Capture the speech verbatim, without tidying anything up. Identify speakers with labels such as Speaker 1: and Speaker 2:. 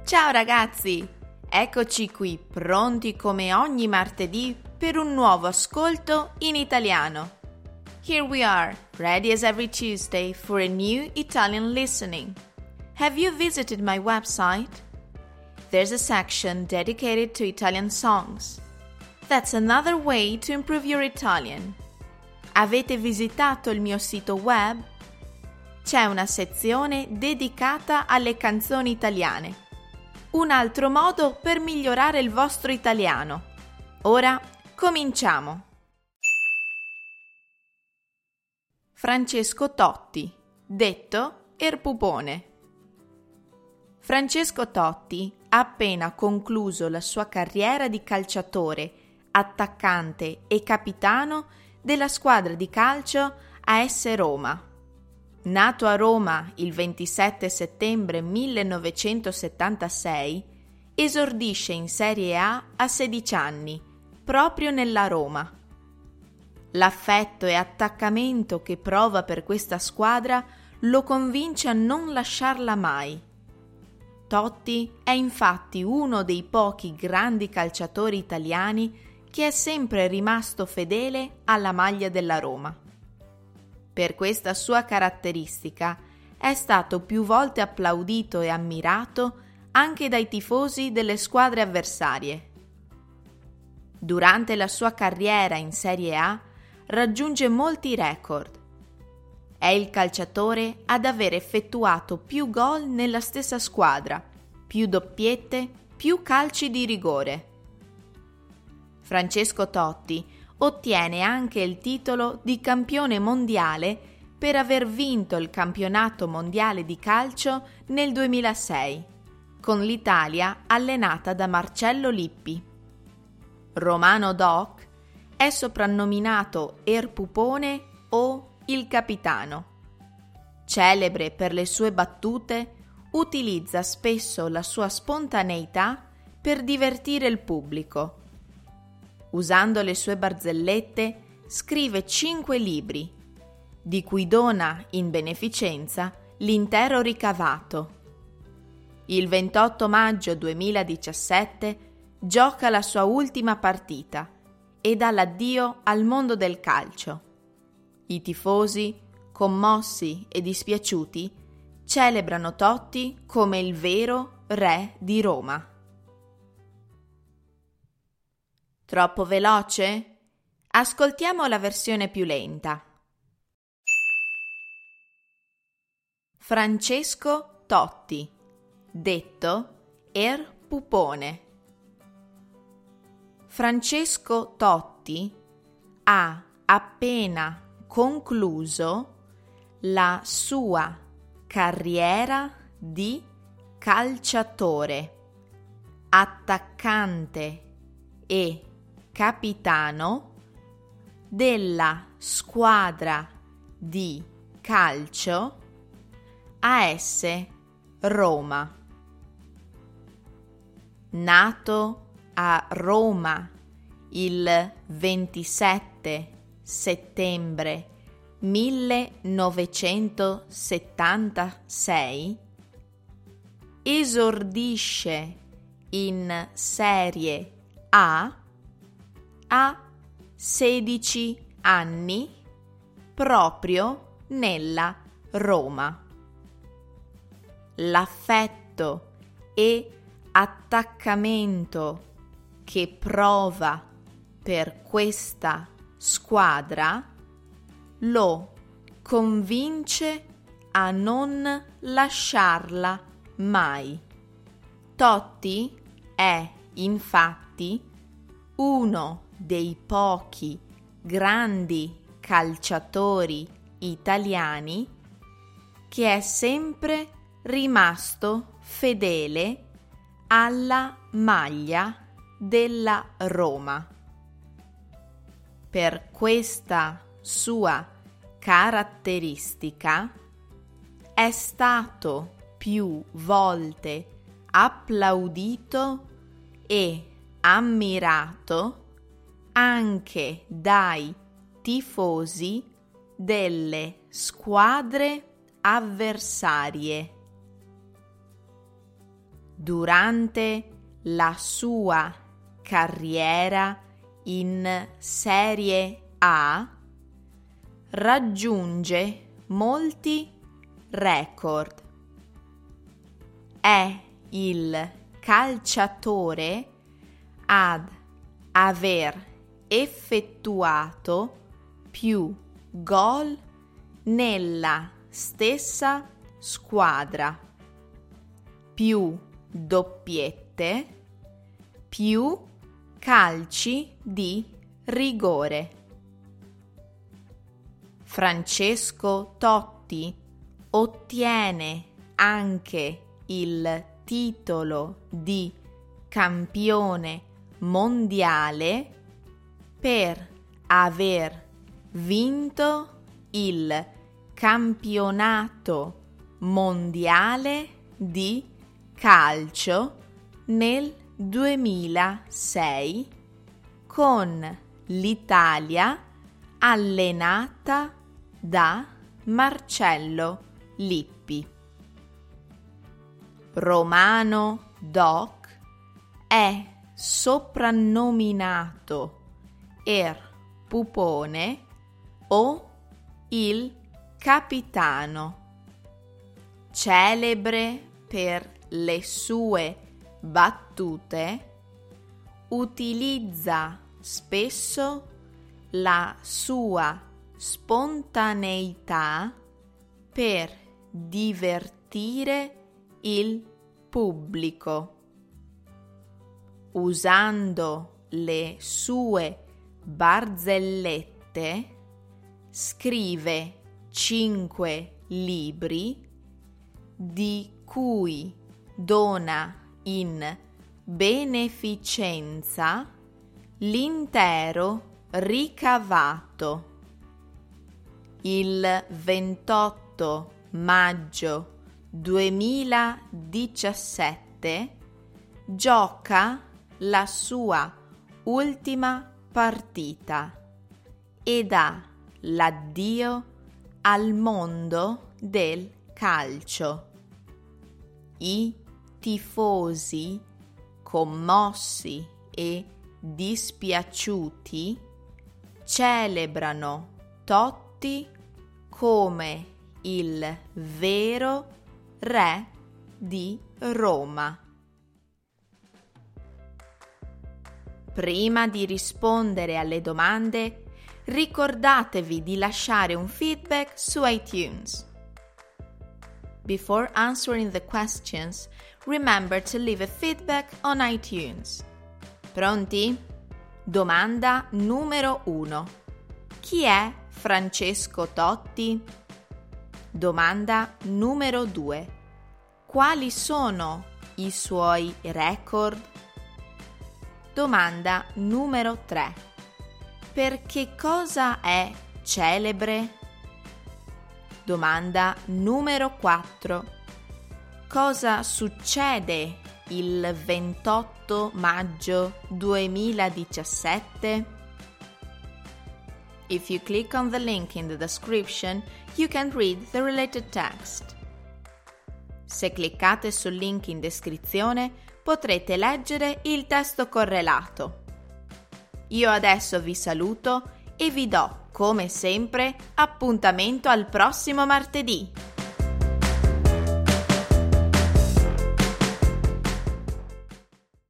Speaker 1: Ciao ragazzi! Eccoci qui, pronti come ogni martedì per un nuovo ascolto in italiano. Here we are, ready as every Tuesday for a new Italian listening. Have you visited my website? There's a section dedicated to Italian songs. That's another way to improve your Italian. Avete visitato il mio sito web? C'è una sezione dedicata alle canzoni italiane. Un altro modo per migliorare il vostro italiano. Ora cominciamo! Francesco Totti, detto Erpupone. Francesco Totti ha appena concluso la sua carriera di calciatore, attaccante e capitano della squadra di calcio A S Roma. Nato a Roma il ventisette settembre millenovecentosettantasei, esordisce in Serie A a sedici anni, proprio nella Roma. L'affetto e attaccamento che prova per questa squadra lo convince a non lasciarla mai. Totti è infatti uno dei pochi grandi calciatori italiani che è sempre rimasto fedele alla maglia della Roma. Per questa sua caratteristica è stato più volte applaudito e ammirato anche dai tifosi delle squadre avversarie. Durante la sua carriera in Serie A raggiunge molti record. È il calciatore ad aver effettuato più gol nella stessa squadra, più doppiette, più calci di rigore. Francesco Totti ottiene anche il titolo di campione mondiale per aver vinto il campionato mondiale di calcio nel duemilasei, con l'Italia allenata da Marcello Lippi. Romano Doc è soprannominato Erpupone o il capitano. Celebre per le sue battute, utilizza spesso la sua spontaneità per divertire il pubblico. Usando le sue barzellette, scrive cinque libri, di cui dona in beneficenza l'intero ricavato. Il ventotto maggio duemiladiciassette gioca la sua ultima partita e dà l'addio al mondo del calcio. I tifosi, commossi e dispiaciuti, celebrano Totti come il vero re di Roma. Troppo veloce? Ascoltiamo la versione più lenta. Francesco Totti, detto Erpupone. Francesco Totti ha appena concluso la sua carriera di calciatore, attaccante e capitano della squadra di calcio A S Roma. Nato a Roma il ventisette settembre millenovecentosettantasei, esordisce in Serie A a sedici anni proprio nella Roma. L'affetto e attaccamento che prova per questa squadra lo convince a non lasciarla mai. Totti è infatti uno dei pochi grandi calciatori italiani che è sempre rimasto fedele alla maglia della Roma. Per questa sua caratteristica è stato più volte applaudito e ammirato anche dai tifosi delle squadre avversarie. durante la sua carriera in Serie A raggiunge molti record. È il calciatore ad aver effettuato più gol nella stessa squadra, più doppiette, più calci di rigore. Francesco Totti ottiene anche il titolo di campione mondiale per aver vinto il campionato mondiale di calcio nel duemilasei con l'Italia allenata da Marcello Lippi. Romano Doc è soprannominato Er Pupone o il capitano, celebre per le sue battute, utilizza spesso la sua spontaneità per divertire il pubblico, usando le sue barzellette. Scrive cinque libri di cui dona in beneficenza l'intero ricavato. Il ventotto maggio duemiladiciassette gioca la sua ultima partita e dà l'addio al mondo del calcio. I tifosi, commossi e dispiaciuti, celebrano Totti come il vero re di Roma. Prima di rispondere alle domande, ricordatevi di lasciare un feedback su iTunes. Before answering the questions, remember to leave a feedback on iTunes. Pronti? Domanda numero uno. Chi è Francesco Totti? Domanda numero due. Quali sono i suoi record? Domanda numero tre. Per che cosa è celebre? Domanda numero quattro. Cosa succede il ventotto maggio duemiladiciassette? If you click on the link in the description, you can read the related text. Se cliccate sul link in descrizione, potrete leggere il testo correlato. Io adesso vi saluto e vi do, come sempre, appuntamento al prossimo martedì.